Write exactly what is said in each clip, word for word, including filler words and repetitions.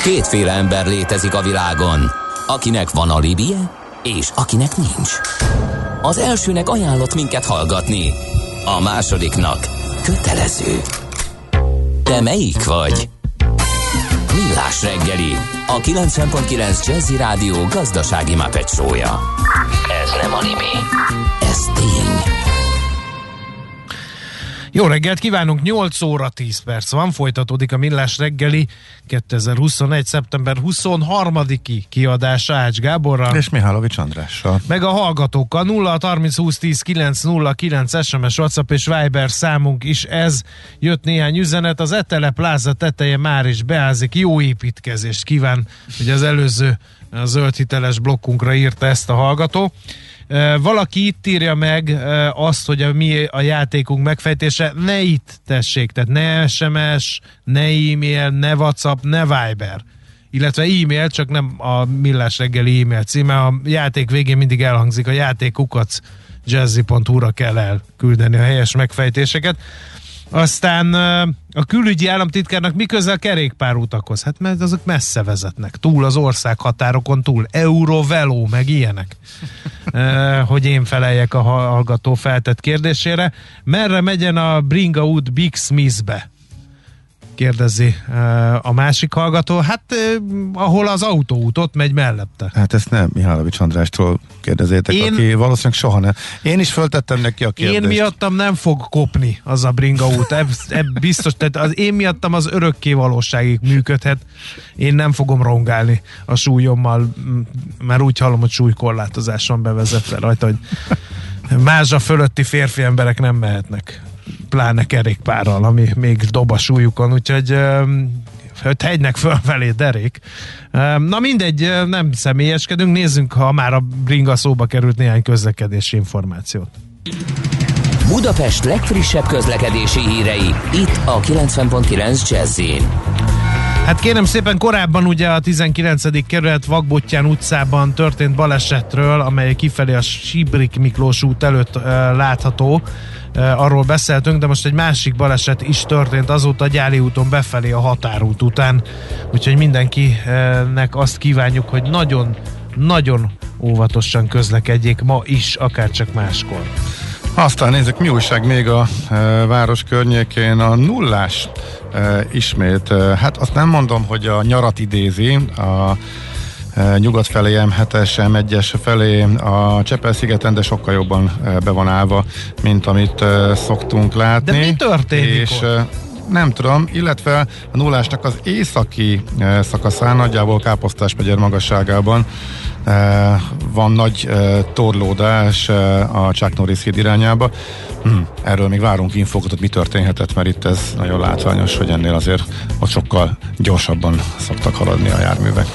Kétféle ember létezik a világon, akinek van alibije, és akinek nincs. Az elsőnek ajánlott minket hallgatni, a másodiknak kötelező. Te melyik vagy? Millás reggeli, a kilencven pont kilenc Jazzy Rádió gazdasági Muppet show-ja. Ez nem anime, ez tény. Jó reggelt kívánunk, nyolc óra tíz perc van, folytatódik a Millás reggeli kétezer-huszonegy. szeptember huszonharmadiki kiadása Ács Gáborral és Mihálovics Andrással. Meg a hallgatókkal. Nulla harminc húsz tíz kilenc nulla kilenc es em es, WhatsApp és Viber számunk is ez. Jött néhány üzenet, az Etele Pláza teteje már is beázik, jó építkezést kíván, ugye az előző a zöld hiteles blokkunkra írta ezt a hallgató. Valaki itt írja meg azt, hogy a mi a játékunk megfejtése, ne itt tessék, tehát ne es em es, ne e-mail, ne WhatsApp, ne Viber, illetve e-mail, csak nem a Millás reggeli e-mail címe, a játék végén mindig elhangzik, a játékukac jazzy pont hu-ra kell elküldeni a helyes megfejtéseket. Aztán a külügyi államtitkárnak mi köze a kerékpárutakhoz? Hát mert azok messze vezetnek, túl az ország határokon túl, Eurovelo, meg ilyenek. Hogy én feleljek a hallgató feltett kérdésére. Merre megyen a Bringawood Big Smith-be? Kérdezi a másik hallgató. Hát ahol az autóút, ott megy mellette. Hát ezt nem Mihálovics Andrástól kérdezétek, én, aki valószínűleg soha nem. Én is föltettem neki a kérdést. Én miattam nem fog kopni az a Bringawood. Ebb, ebb biztos, tehát az én miattam az örökké valóságig működhet. Én nem fogom rongálni a súlyommal, mert úgy hallom, hogy súlykorlátozáson bevezetve rajta, hogy mázsa fölötti férfi emberek nem mehetnek, pláne kerékpárral, ami még dob a súlyukon, úgyhogy hogy hegynek fölfelé derék. Na mindegy, nem személyeskedünk, nézzünk, ha már a bringa szóba került, néhány közlekedési információt. Budapest legfrissebb közlekedési hírei, itt a kilencven pont kilenc Jazzyn. Hát kérem szépen, korábban ugye a tizenkilencedik kerület Vakbottyán utcában történt balesetről, amely kifelé a Sibrik Miklós út előtt uh, látható, uh, arról beszéltünk, de most egy másik baleset is történt azóta a Gyáli úton befelé a határút után, úgyhogy mindenkinek azt kívánjuk, hogy nagyon-nagyon óvatosan közlekedjék ma is, akár csak máskor. Aztán nézzük, mi újság még a e, város környékén. A nullás e, ismét, e, hát azt nem mondom, hogy a nyarat idézi, a e, nyugat felé em hetes, em egyes felé a Csepel-szigeten, de sokkal jobban e, be van állva, mint amit e, szoktunk látni. De mi történik és, e, nem tudom, illetve a nullásnak az északi e, szakaszán, nagyjából Káposztás-megyer magasságában e, van nagy e, torlódás e, a Chuck Norris híd irányába. Hm, erről még várunk infókat, hogy mi történhetett, mert itt ez nagyon látványos, hogy ennél azért ott sokkal gyorsabban szoktak haladni a járművek.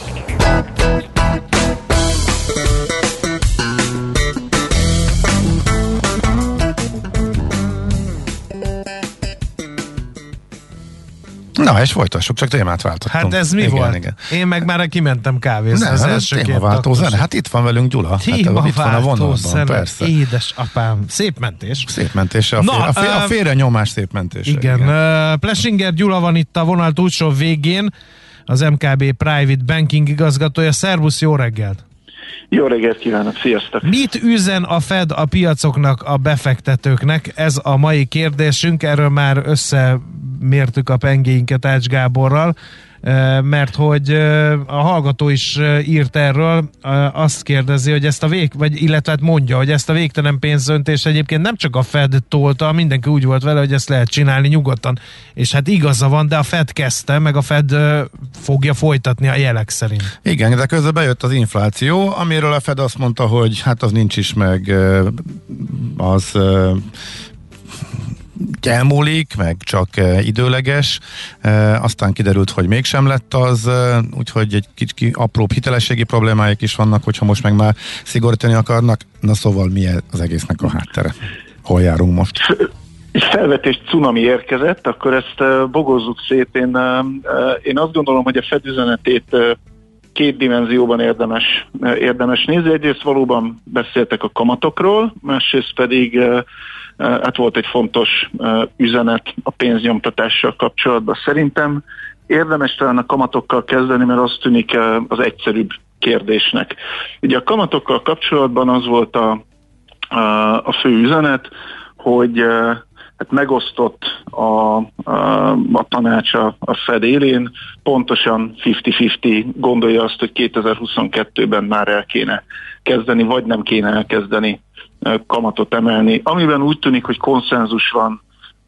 Na, és folytassuk, csak témát váltottunk. Hát ez mi igen, volt? Igen. Én meg már kimentem kávézni. Nem, az hát első témaváltó zene. Hát itt van velünk Gyula. Hát itt van a vonalban, persze. Édes apám, szép mentés. Szép mentés. A, Na, fél, a, fél, a uh, félre nyomás szép mentés. Igen. igen. Uh, Plesinger Gyula van itt a vonal túlsó végén, az em ká bé Private Banking igazgatója. Szervusz, jó reggelt! Jó reggelt kívánok, sziasztok! Mit üzen a Fed a piacoknak, a befektetőknek? Ez a mai kérdésünk, erről már összemértük a pengéinket Ács Gáborral, mert hogy a hallgató is írt erről, azt kérdezi, hogy ezt a vég, vagy illetve mondja, hogy ezt a végtelen pénzöntést egyébként nem csak a Fed tolta, mindenki úgy volt vele, hogy ezt lehet csinálni nyugodtan, és hát igaza van, de a Fed kezdte, meg a Fed fogja folytatni a jelek szerint. Igen, de közben bejött az infláció, amiről a Fed azt mondta, hogy hát az nincs is meg, az elmúlik, meg csak uh, időleges, uh, aztán kiderült, hogy mégsem lett az, uh, úgyhogy egy kicsi apróbb hitelességi problémáik is vannak, hogyha most meg már szigorítani akarnak. Na szóval mi az egésznek a háttere? Hol járunk most? Egy felvetés cunami érkezett, akkor ezt uh, bogozzuk szét. Én, uh, én azt gondolom, hogy a Fed üzenetét uh, két dimenzióban érdemes, uh, érdemes nézni. Egyrészt valóban beszéltek a kamatokról, másrészt pedig uh, hát volt egy fontos uh, üzenet a pénznyomtatással kapcsolatban. Szerintem érdemes talán a kamatokkal kezdeni, mert az tűnik az egyszerűbb kérdésnek. Ugye a kamatokkal kapcsolatban az volt a, a, a fő üzenet, hogy hát megosztott a, a, a tanács a, a Fed élén, pontosan fifty-fifty gondolja azt, hogy kétezer-huszonkettőben már el kéne kezdeni, vagy nem kéne elkezdeni kamatot emelni. Amiben úgy tűnik, hogy konszenzus van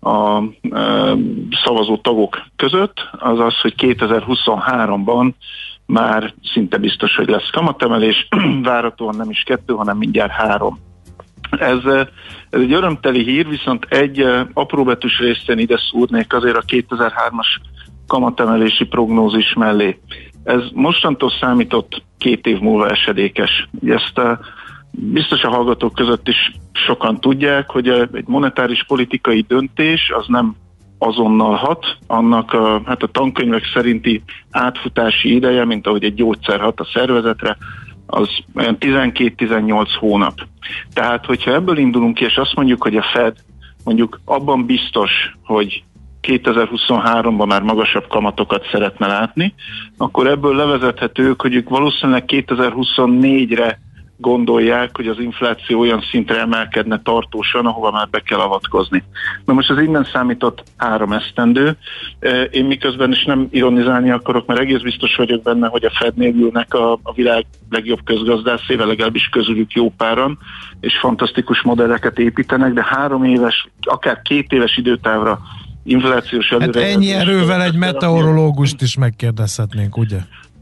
a e, szavazó tagok között, az az, hogy kétezer-huszonháromban már szinte biztos, hogy lesz kamatemelés, várhatóan nem is kettő, hanem mindjárt három. Ez, ez egy örömteli hír, viszont egy apróbetűs részén ide szúrnék azért a kétezer-hármas kamatemelési prognózis mellé. Ez mostantól számított két év múlva esedékes. Ezt biztos a hallgatók között is sokan tudják, hogy egy monetáris politikai döntés az nem azonnal hat, annak a, hát a tankönyvek szerinti átfutási ideje, mint ahogy egy gyógyszer hat a szervezetre, az olyan tizenkét-tizennyolc hónap. Tehát, hogyha ebből indulunk ki, és azt mondjuk, hogy a Fed mondjuk abban biztos, hogy kétezer-huszonháromban már magasabb kamatokat szeretne látni, akkor ebből levezethetők, hogy ők valószínűleg kétezer-huszonnégyre gondolják, hogy az infláció olyan szintre emelkedne tartósan, ahova már be kell avatkozni. Na most az innen számított három esztendő. Én miközben is nem ironizálni akarok, mert egész biztos vagyok benne, hogy a Fednél ülnek a, a világ legjobb közgazdászével, legalábbis közülük jó páran, és fantasztikus modelleket építenek, de három éves, akár két éves időtávra inflációs előre... Hát ennyi erővel egy meteorológust is megkérdezhetnénk, ugye?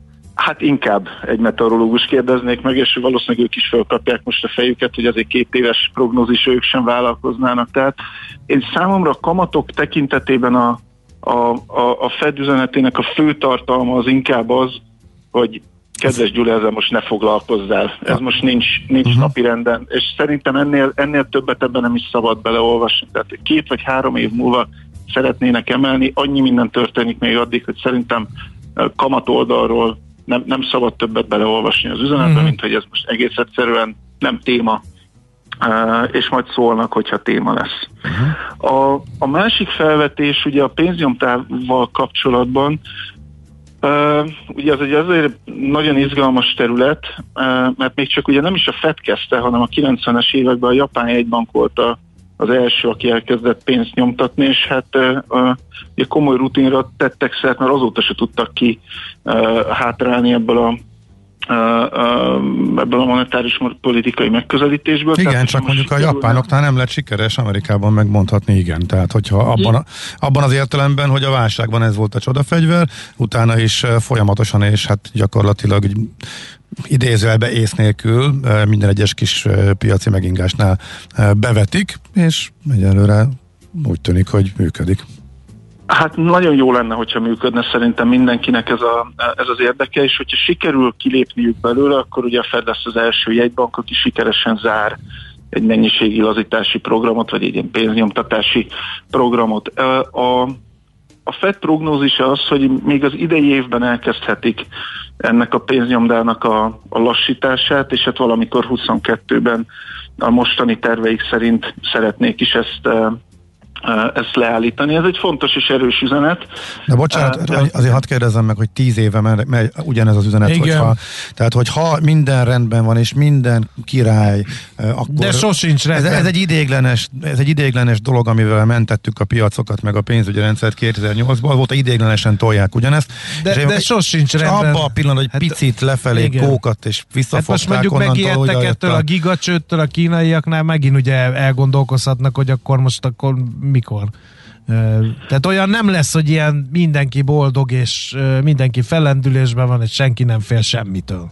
Hát inkább egy meteorológus kérdeznék meg, és valószínűleg ők is felkapják most a fejüket, hogy azért két éves prognózis ők sem vállalkoznának. Tehát én számomra a kamatok tekintetében a, a, a, a Fed üzenetének a fő tartalma az inkább az, hogy kedves Gyula, ezzel most ne foglalkozzál. Ez most nincs, nincs uh-huh. napirenden, és szerintem ennél, ennél többet ebben nem is szabad beleolvasni. Tehát két vagy három év múlva szeretnének emelni, annyi minden történik még addig, hogy szerintem kamat oldalról Nem, nem szabad többet beleolvasni az üzenetbe, mm-hmm. mint hogy ez most egész egyszerűen nem téma, és majd szólnak, hogyha téma lesz. Uh-huh. A, a másik felvetés ugye a pénznyomtával kapcsolatban, uh, ugye az egy azért nagyon izgalmas terület, uh, mert még csak ugye nem is a Fed kezdte, hanem a kilencvenes években a japán jegybank volt a az első, aki elkezdett pénzt nyomtatni, és hát uh, uh, komoly rutinra tettek szert, mert azóta se tudtak ki uh, hátrálni ebből a, uh, uh, ebből a monetáris politikai megközelítésből. Igen, tehát, csak mondjuk a japánoknál nem lett sikeres, Amerikában megmondhatni igen. Tehát, hogyha abban, a, abban az értelemben, hogy a válságban ez volt a csodafegyver, utána is uh, folyamatosan, és hát gyakorlatilag idézőjelbe ész nélkül minden egyes kis piaci megingásnál bevetik, és egyelőre úgy tűnik, hogy működik. Hát nagyon jó lenne, hogyha működne, szerintem mindenkinek ez, a, ez az érdeke, és hogyha sikerül kilépniük belőle, akkor ugye a Fed lesz az első jegybank, aki sikeresen zár egy mennyiségi lazítási programot, vagy egy ilyen pénznyomtatási programot. A, a Fed prognózisa az, hogy még az idei évben elkezdhetik ennek a pénznyomdának a, a lassítását, és hát valamikor huszonkettőben a mostani terveik szerint szeretnék is ezt, ezt leállítani. Ez egy fontos és erős üzenet. De bocsánat, de azért hadd kérdezzem meg, hogy tíz éve megy, megy ugyanez az üzenet, hogyha, tehát hogyha minden rendben van, és minden király, akkor... De sosincs rendben. Ez, ez, egy idéglenes, ez egy idéglenes dolog, amivel mentettük a piacokat, meg a pénzügyi rendszert kétezer-nyolcban, volt, idéglenesen tolják ugyanezt. De, de én, sosincs rendben. Abban a pillanat, hogy hát, picit lefelé igen. kókat, és visszafogták. Hát most mondjuk megijedtek ettől a gigacsőttől, a kínaiaknál megint ugye elgondolkozhatnak, hogy akkor most akkor mikor. Tehát olyan nem lesz, hogy ilyen mindenki boldog, és mindenki fellendülésben van, és senki nem fél semmitől.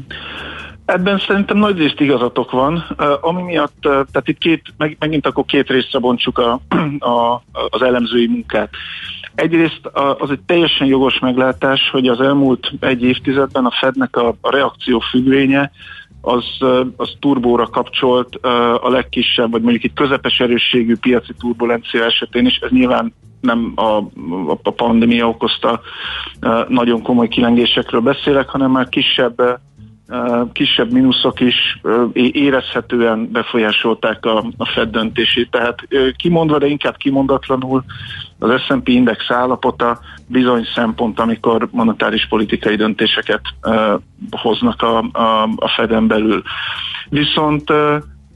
Ebben szerintem nagy részt igazatok van, ami miatt, tehát itt két, meg, megint akkor két részre bontsuk a, a, az elemzői munkát. Egyrészt az egy teljesen jogos meglátás, hogy az elmúlt egy évtizedben a Fednek a, a reakció függvénye az, az turbóra kapcsolt a legkisebb, vagy mondjuk itt közepes erősségű piaci turbulencia esetén is. Ez nyilván nem a, a pandémia okozta nagyon komoly kilengésekről beszélek, hanem már kisebb, kisebb mínuszok is érezhetően befolyásolták a, a Fed döntését. Tehát kimondva, de inkább kimondatlanul az es and pé index állapota bizony szempont, amikor monetáris politikai döntéseket uh, hoznak a, a, a Feden belül. Viszont uh,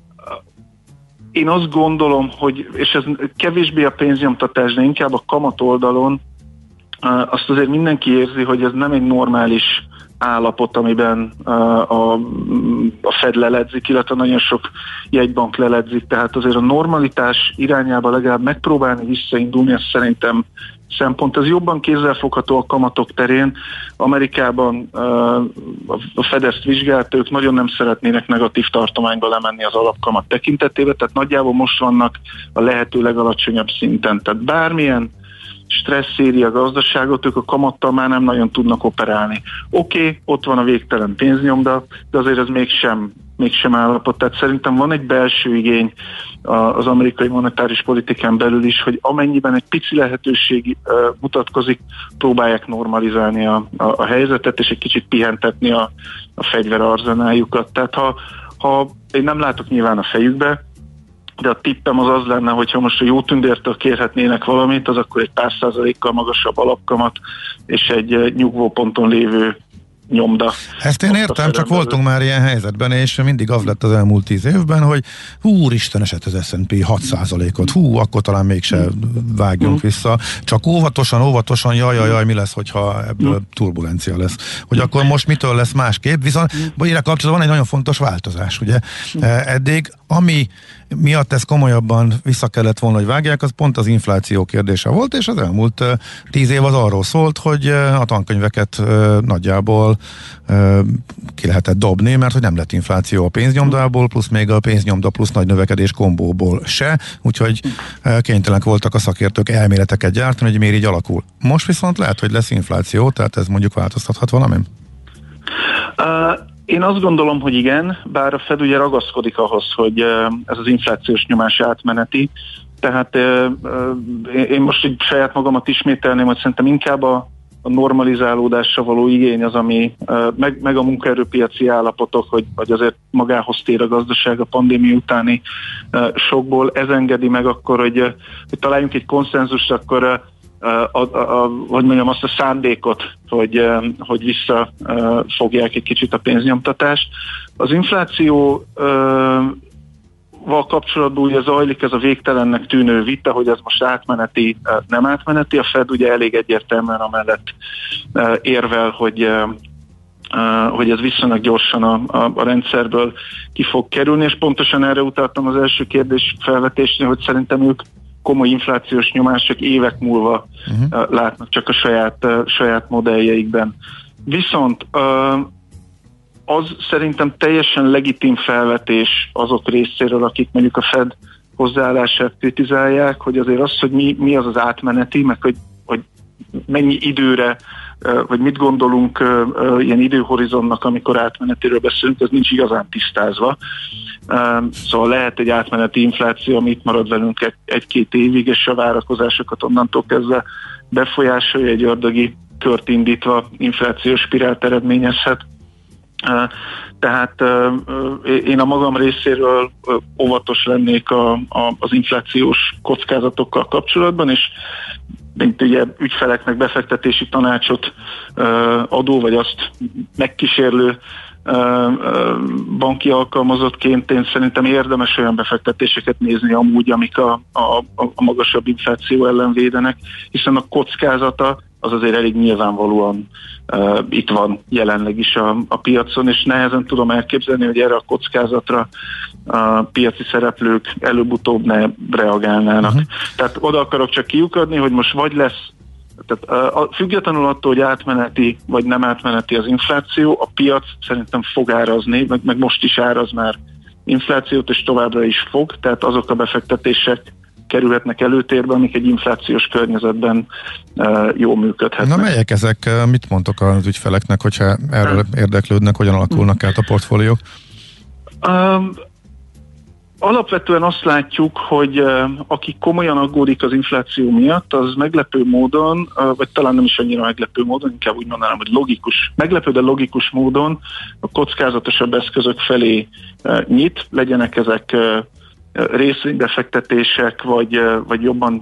én azt gondolom, hogy, és ez kevésbé a pénznyomtatás, de inkább a kamat oldalon, uh, azt azért mindenki érzi, hogy ez nem egy normális állapot, amiben uh, a, a Fed leledzik, illetve nagyon sok jegybank leledzik, tehát azért a normalitás irányába legalább megpróbálni visszaindulni, ez szerintem szempont. Ez jobban kézzelfogható a kamatok terén. Amerikában uh, a Fed ezt vizsgált, ők nagyon nem szeretnének negatív tartományba lemenni az alapkamat tekintetében, tehát nagyjából most vannak a lehető legalacsonyabb szinten. Tehát bármilyen stressz éri a gazdaságot, ők a kamattal már nem nagyon tudnak operálni. Oké, okay, ott van a végtelen pénznyomda, de azért ez mégsem, mégsem állapot. Tehát szerintem van egy belső igény az amerikai monetáris politikán belül is, hogy amennyiben egy pici lehetőség uh, mutatkozik, próbálják normalizálni a, a, a helyzetet, és egy kicsit pihentetni a, a fegyverarzenáljukat. Tehát ha, ha én nem látok nyilván a fejükbe, de a tippem az az lenne, hogyha most a jó tündértől kérhetnének valamit, az akkor egy pár százalékkal magasabb alapkamat és egy nyugvóponton lévő nyomda. Ezt én értem, csak voltunk már ilyen helyzetben, és mindig az lett az elmúlt tíz évben, hogy hú, úristen, esett az es and pé hat százalékot, hú, akkor talán mégse vágjunk mm. vissza. Csak óvatosan, óvatosan, jaj, jaj, jaj, mi lesz, hogyha ebből mm. turbulencia lesz. Hogy akkor most mitől lesz másképp, viszont mm. ide kapcsolatban van egy nagyon fontos változás, ugye? Mm. Eddig, ami miatt ez komolyabban vissza kellett volna, hogy vágják, az pont az infláció kérdése volt, és az elmúlt uh, tíz év az arról szólt, hogy uh, a tankönyveket uh, nagyjából uh, ki lehetett dobni, mert hogy nem lett infláció a pénznyomdából, plusz még a pénznyomda plusz nagy növekedés kombóból se, úgyhogy uh, kénytelenek voltak a szakértők elméleteket gyártani, hogy miért így alakul. Most viszont lehet, hogy lesz infláció, tehát ez mondjuk változtathat valamin? Uh... Én azt gondolom, hogy igen, bár a Fed ugye ragaszkodik ahhoz, hogy ez az inflációs nyomás átmeneti, tehát én most így saját magamat ismételném, hogy szerintem inkább a normalizálódásra való igény az, ami meg, meg a munkaerőpiaci állapotok, hogy, hogy azért magához tér a gazdaság a pandémia utáni sokból, ez engedi meg akkor, hogy, hogy találjunk egy konszenzust, akkor A, a, a, hogy mondjam, azt a szándékot, hogy, hogy visszafogják egy kicsit a pénznyomtatást. Az inflációval kapcsolatban ugye zajlik ez a végtelennek tűnő vita, hogy ez most átmeneti, nem átmeneti. A Fed ugye elég egyértelműen amellett érvel, hogy, hogy ez viszonylag gyorsan a, a, a rendszerből ki fog kerülni, és pontosan erre utaltam az első kérdés felvetésnél, hogy szerintem ők komoly inflációs nyomás csak évek múlva uh-huh. látnak csak a saját, saját modelljeikben. Viszont az szerintem teljesen legitim felvetés azok részéről, akik mondjuk a Fed hozzáállását kritizálják, hogy azért az, hogy mi, mi az az átmeneti, meg hogy, hogy mennyi időre, vagy mit gondolunk ilyen időhorizontnak, amikor átmenetiről beszélünk, ez nincs igazán tisztázva. Szóval lehet egy átmeneti infláció, ami itt marad velünk egy-két évig, és a várakozásokat onnantól kezdve befolyásolja, egy ördögi kört indítva inflációs spirált eredményezhet. Tehát én a magam részéről óvatos lennék a, a, az inflációs kockázatokkal kapcsolatban, és mint ugye ügyfeleknek befektetési tanácsot adó, vagy azt megkísérlő banki alkalmazottként én szerintem érdemes olyan befektetéseket nézni amúgy, amik a, a, a magasabb infláció ellen védenek, hiszen a kockázata az azért elég nyilvánvalóan uh, itt van jelenleg is a, a piacon, és nehezen tudom elképzelni, hogy erre a kockázatra a piaci szereplők előbb-utóbb ne reagálnának. Uh-huh. Tehát oda akarok csak kiukadni, hogy most vagy lesz, tehát uh, függetlenül attól, hogy átmeneti vagy nem átmeneti az infláció, a piac szerintem fog árazni, meg, meg most is áraz már inflációt, és továbbra is fog, tehát azok a befektetések kerülhetnek előtérbe, amik egy inflációs környezetben uh, jól működhetnek. Na melyek ezek? Mit mondtok az ügyfeleknek, hogyha erről érdeklődnek, hogyan alakulnak át a portfóliók? Um, alapvetően azt látjuk, hogy uh, aki komolyan aggódik az infláció miatt, az meglepő módon, uh, vagy talán nem is annyira meglepő módon, inkább úgy mondanám, hogy logikus, meglepő, de logikus módon a kockázatosabb eszközök felé uh, nyit, legyenek ezek uh, részvénybefektetések, vagy, vagy jobban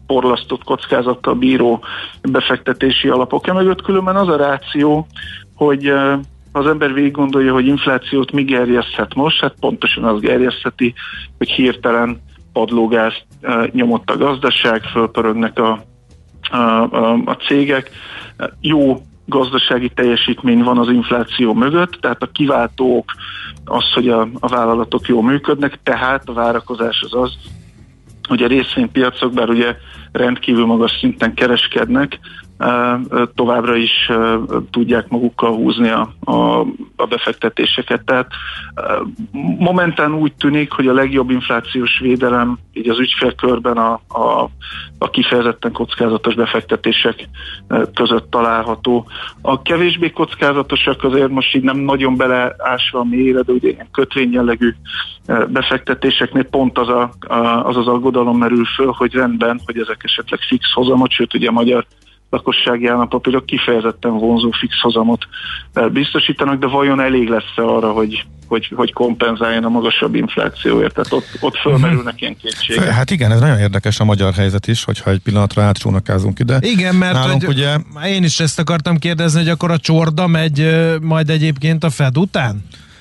porlasztott kockázattal bíró befektetési alapok mögött. Különben az a ráció, hogy az ember végig gondolja, hogy inflációt mi gerjeszthet most, hát pontosan az gerjesztheti, hogy hirtelen padlógázt nyomott a gazdaság, fölpörögnek a, a, a, a cégek. Jó gazdasági teljesítmény van az infláció mögött, tehát a kiváltók az, hogy a, a vállalatok jól működnek, tehát a várakozás az az, hogy a részvénypiacok, bár ugye rendkívül magas szinten kereskednek, továbbra is tudják magukkal húzni a, a, a befektetéseket. Tehát momentán úgy tűnik, hogy a legjobb inflációs védelem így az ügyfélkörben a, a, a kifejezetten kockázatos befektetések között található. A kevésbé kockázatosak azért most így nem nagyon beleásva a mélyre, de ugye ilyen kötvényjellegű befektetéseknél pont az, a, az az aggodalom merül föl, hogy rendben, hogy ezek esetleg fix hozamot, sőt ugye a magyar lakossági állampapírok kifejezetten vonzó fix hozamot biztosítanak, de vajon elég lesz arra, hogy, hogy, hogy kompenzáljon a magasabb inflációért? Tehát ott, ott fölmerülnek ilyen kétségek. Hát igen, ez nagyon érdekes a magyar helyzet is, hogyha egy pillanatra átcsónakázunk ide. Igen, mert Nálunk, hogy, ugye... én is ezt akartam kérdezni, hogy akkor a csorda megy majd egyébként a Fed után?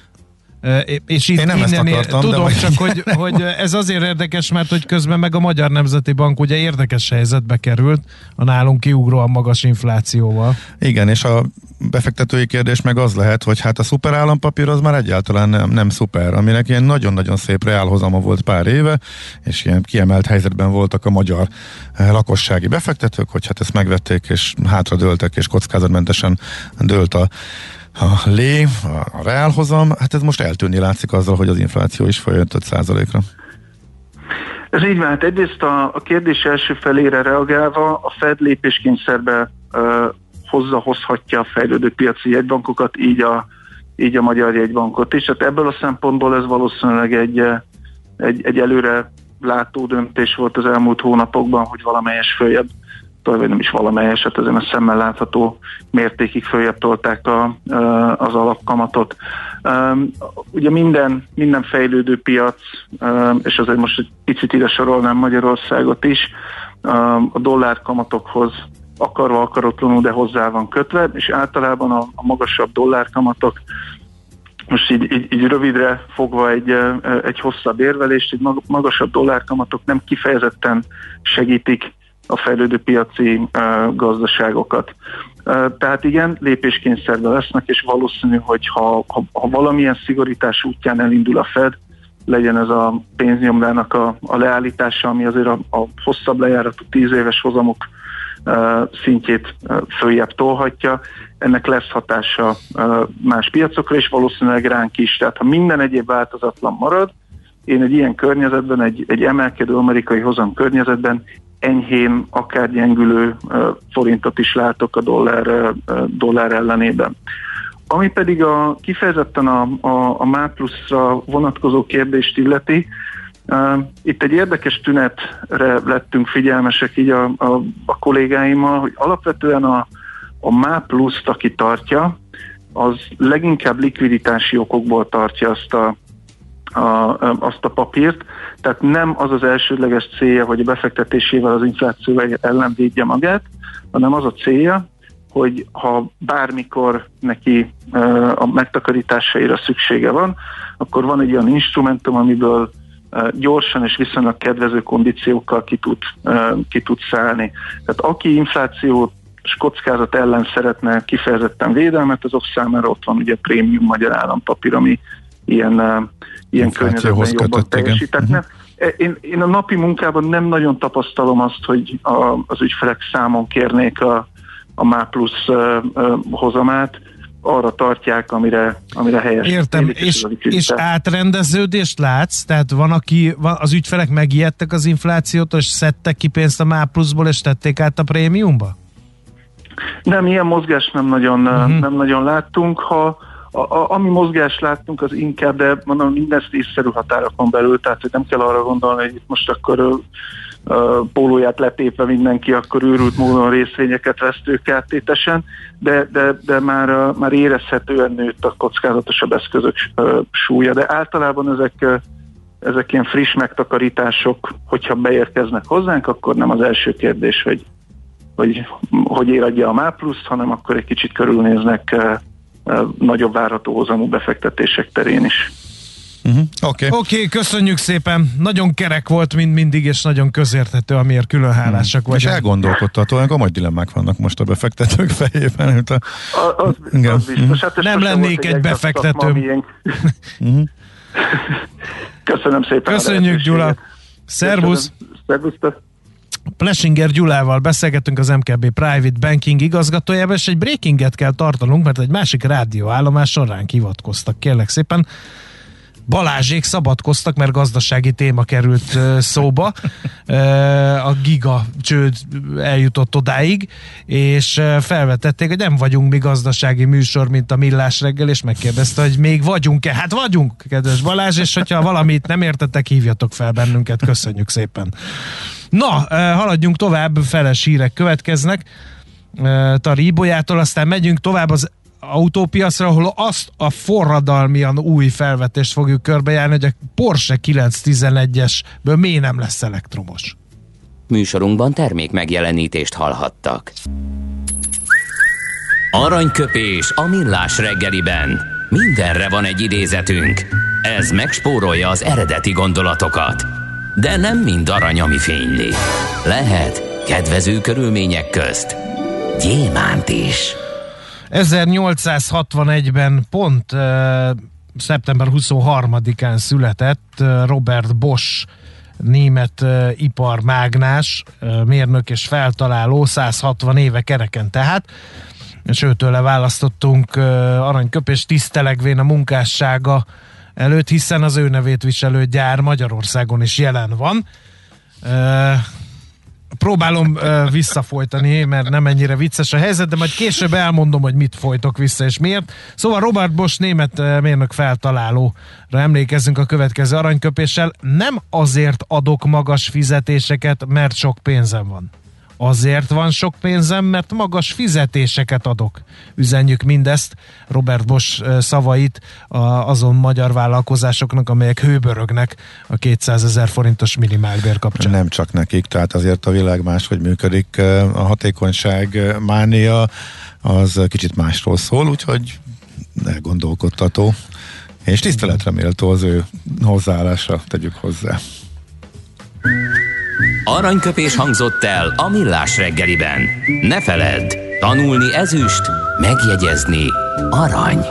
És itt én nem ezt akartam, tudom, de csak hogy, hogy ez azért érdekes, mert hogy közben meg a Magyar Nemzeti Bank ugye érdekes helyzetbe került a nálunk kiugróan magas inflációval. Igen, és a befektetői kérdés meg az lehet, hogy hát a szuper állampapír az már egyáltalán nem, nem szuper, aminek ilyen nagyon-nagyon szép reálhozama volt pár éve, és ilyen kiemelt helyzetben voltak a magyar lakossági befektetők, hogy hát ezt megvették, és hátradőltek, és kockázatmentesen dőlt a a lé, a reálhozam, hát ez most eltűnni látszik azzal, hogy az infláció is följött öt százalékra. Ez így van, hát egyrészt a, a kérdés első felére reagálva a Fed lépéskényszerbe uh, hozza, hozhatja a fejlődő piaci jegybankokat, így a, így a magyar jegybankot is. Hát ebből a szempontból ez valószínűleg egy, egy, egy előre látó döntés volt az elmúlt hónapokban, hogy valamelyes följebb, vagy nem is valamelyes, hát ezen a szemmel látható mértékig följebb tolták a, az alapkamatot. Ugye minden, minden fejlődő piac, és azért most egy picit ide sorolnám Magyarországot is, a dollárkamatokhoz akarva akaratlanul, de hozzá van kötve, és általában a, a magasabb dollárkamatok, most így, így, így rövidre fogva egy, egy hosszabb érvelést, egy magasabb dollárkamatok nem kifejezetten segítik a fejlődő piaci uh, gazdaságokat. Uh, tehát igen, lépéskényszerben lesznek, és valószínű, hogy ha, ha, ha valamilyen szigorítás útján elindul a Fed, legyen ez a pénznyomdának a, a leállítása, ami azért a, a hosszabb lejáratú tíz éves hozamok uh, szintjét uh, följebb tolhatja, ennek lesz hatása uh, más piacokra, és valószínűleg ránk is. Tehát ha minden egyéb változatlan marad, én egy ilyen környezetben, egy, egy emelkedő amerikai hozam környezetben enyhén, akár gyengülő uh, forintot is látok a dollár, uh, dollár ellenében. Ami pedig a, kifejezetten a, a, a MÁ+-ra vonatkozó kérdést illeti, uh, itt egy érdekes tünetre lettünk figyelmesek így a, a, a kollégáimmal, hogy alapvetően a, a MÁ+-t, aki tartja, az leginkább likviditási okokból tartja azt a A, azt a papírt, tehát nem az az elsődleges célja, hogy a befektetésével az infláció ellen védje magát, hanem az a célja, hogy ha bármikor neki a megtakarításaira szüksége van, akkor van egy olyan instrumentum, amiből gyorsan és viszonylag kedvező kondíciókkal ki tud, ki tud szállni. Tehát aki infláció és kockázat ellen szeretne kifejezetten védelmet, azok számára ott van ugye a prémium magyar állampapír, ami ilyen, uh, ilyen környezetben jobban teljesítetne. Uh-huh. Én, én a napi munkában nem nagyon tapasztalom azt, hogy a, az ügyfelek számon kérnék a, a MÁ+ uh, uh, hozamát, arra tartják, amire, amire helyes. Értem, és, és átrendeződést látsz? Tehát van, aki, van, az ügyfelek megijedtek az inflációtól, és szedtek ki pénzt a MÁ+-ból, és tették át a prémiumba? Nem, ilyen mozgást nem nagyon, uh-huh. nem nagyon láttunk. Ha A, a, ami mozgást láttunk, az inkább, de mondom, mindezt észszerű határokon belül, tehát hogy nem kell arra gondolni, hogy itt most akkor uh, pólóját letépve mindenki akkor őrült módon részvényeket vesz tőkeáttétesen, de, de, de már, uh, már érezhetően nőtt a kockázatosabb eszközök uh, súlya, de általában ezek, uh, ezek ilyen friss megtakarítások, hogyha beérkeznek hozzánk, akkor nem az első kérdés, hogy hogy, hogy éradja a MÁPLUSzt, hanem akkor egy kicsit körülnéznek uh, uh, nagyobb várható hozamú befektetések terén is. Uh-huh. Oké, okay. okay, köszönjük szépen. Nagyon kerek volt, mint mindig, és nagyon közérthető, amiért külön hálásak hmm. vagyunk. És elgondolkodtató, olyan komoly dilemmák vannak most a befektetők fejében. A... A, az, az biztos. Hát nem lennék egy befektetőm. uh-huh. Köszönöm szépen. Köszönjük, Gyula. Szervusz. Szervusztok. Plesinger Gyulával beszélgettünk, az em ká bé Private Banking igazgatójával, és egy breakinget kell tartanunk, mert egy másik rádióállomáson ránk hivatkoztak, kérlek szépen. Balázsék szabadkoztak, mert gazdasági téma került szóba. A giga csőd eljutott odáig, és felvetették, hogy nem vagyunk mi gazdasági műsor, mint a Millás reggel, és megkérdezte, hogy még vagyunk-e? Hát vagyunk, kedves Balázs, és hogyha valamit nem értetek, hívjatok fel bennünket. Köszönjük szépen. Na, haladjunk tovább, feles hírek következnek Tari Ibolyától, aztán megyünk tovább az autópiacra, ahol azt a forradalmian új felvetést fogjuk körbejárni, hogy a Porsche kilencszáztizenegyesből miért nem lesz elektromos. Műsorunkban termék megjelenítést hallhattak. Aranyköpés a Millás reggeliben. Mindenre van egy idézetünk. Ez megspórolja az eredeti gondolatokat. De nem mind arany, ami fényli. Lehet kedvező körülmények közt gyémánt is. ezernyolcszázhatvanegyben pont uh, szeptember huszonharmadikán született uh, Robert Bosch, német uh, iparmágnás, uh, mérnök és feltaláló, száz hatvan éve kereken tehát, és őtőle választottunk uh, aranyköpést, tisztelegvén a munkássága előtt, hiszen az ő nevét viselő gyár Magyarországon is jelen van. Uh, Próbálom uh, visszafolytani, mert nem ennyire vicces a helyzet, de majd később elmondom, hogy mit folytok vissza és miért. Szóval Robert Bosch német uh, mérnök feltalálóra emlékezzünk a következő aranyköpéssel. Nem azért adok magas fizetéseket, mert sok pénzem van. Azért van sok pénzem, mert magas fizetéseket adok. Üzenjük mindezt, Robert Bosch szavait azon magyar vállalkozásoknak, amelyek hőbörögnek a kétszázezer forintos minimálbér kapcsán. Nem csak nekik, tehát azért a világ máshogy működik. A hatékonyság mánia az kicsit másról szól, úgyhogy elgondolkodtató. És tiszteletre méltó az ő hozzáállásra, tegyük hozzá. Aranyköpés hangzott el a Millás reggeliben. Ne feledd, tanulni ezüst, megjegyezni arany.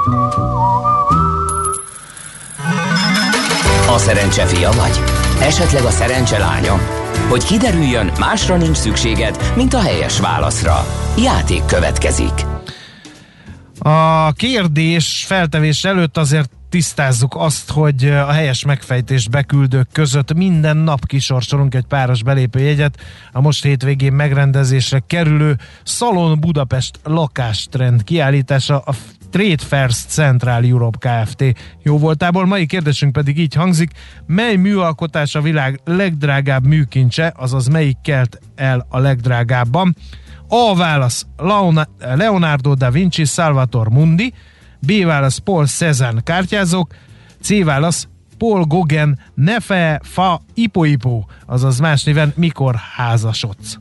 A szerencse fia vagy? Esetleg a szerencse lánya? Hogy kiderüljön, másra nincs szükséged, mint a helyes válaszra. Játék következik. A kérdés feltevés előtt azért tisztázzuk azt, hogy a helyes megfejtés beküldők között minden nap kisorsolunk egy páros belépőjegyet a most hétvégén megrendezésre kerülő Salon Budapest lakástrend kiállítása a Trade Fairs Central Europe Kft. Jóvoltából. Mai kérdésünk pedig így hangzik: mely műalkotás a világ legdrágább műkincse, azaz melyik kelt el a legdrágábban? A válasz Leonardo da Vinci Salvator Mundi, B válasz Paul Cézanne kártyázók, C válasz Paul Gauguin Nefe Fa Ipo Ipo, azaz más néven Mikor házasodsz.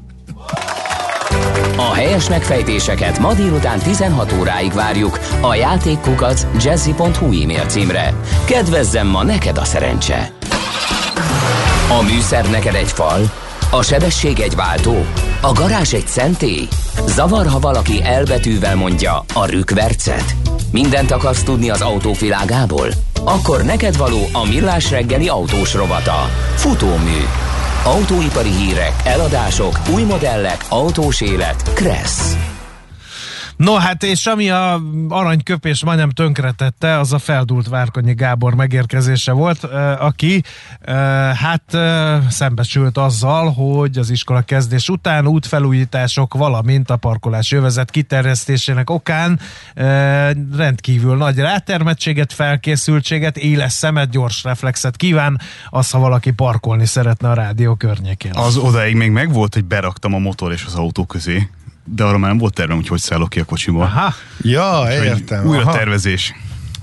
A helyes megfejtéseket ma délután tizenhat óráig várjuk a játékkukac jazzy pont hu e-mail címre. Kedvezzem ma neked a szerencse! A műszer neked egy fal, a sebesség egy váltó, a garázs egy szentély. Zavar, ha valaki elbetűvel mondja a rükvercet. Mindent akarsz tudni az autóvilágából? Akkor neked való a Millás reggeli autós rovata. Futómű. Autóipari hírek, eladások, új modellek, autós élet. Kressz. No hát, és ami a aranyköpés majdnem tönkretette, az a feldúlt Várkonyi Gábor megérkezése volt, aki hát szembesült azzal, hogy az iskola kezdés után útfelújítások, valamint a parkolási övezet kiterjesztésének okán rendkívül nagy rátermettséget, felkészültséget, éles szemet, gyors reflexet kíván, az, ha valaki parkolni szeretne a rádió környékén. Az odáig még megvolt, hogy beraktam a motor és az autó közé, de arra már nem volt tervem, hogy hogy szállok ki a kocsiból. Aha. Ja, értem. Újra aha. tervezés.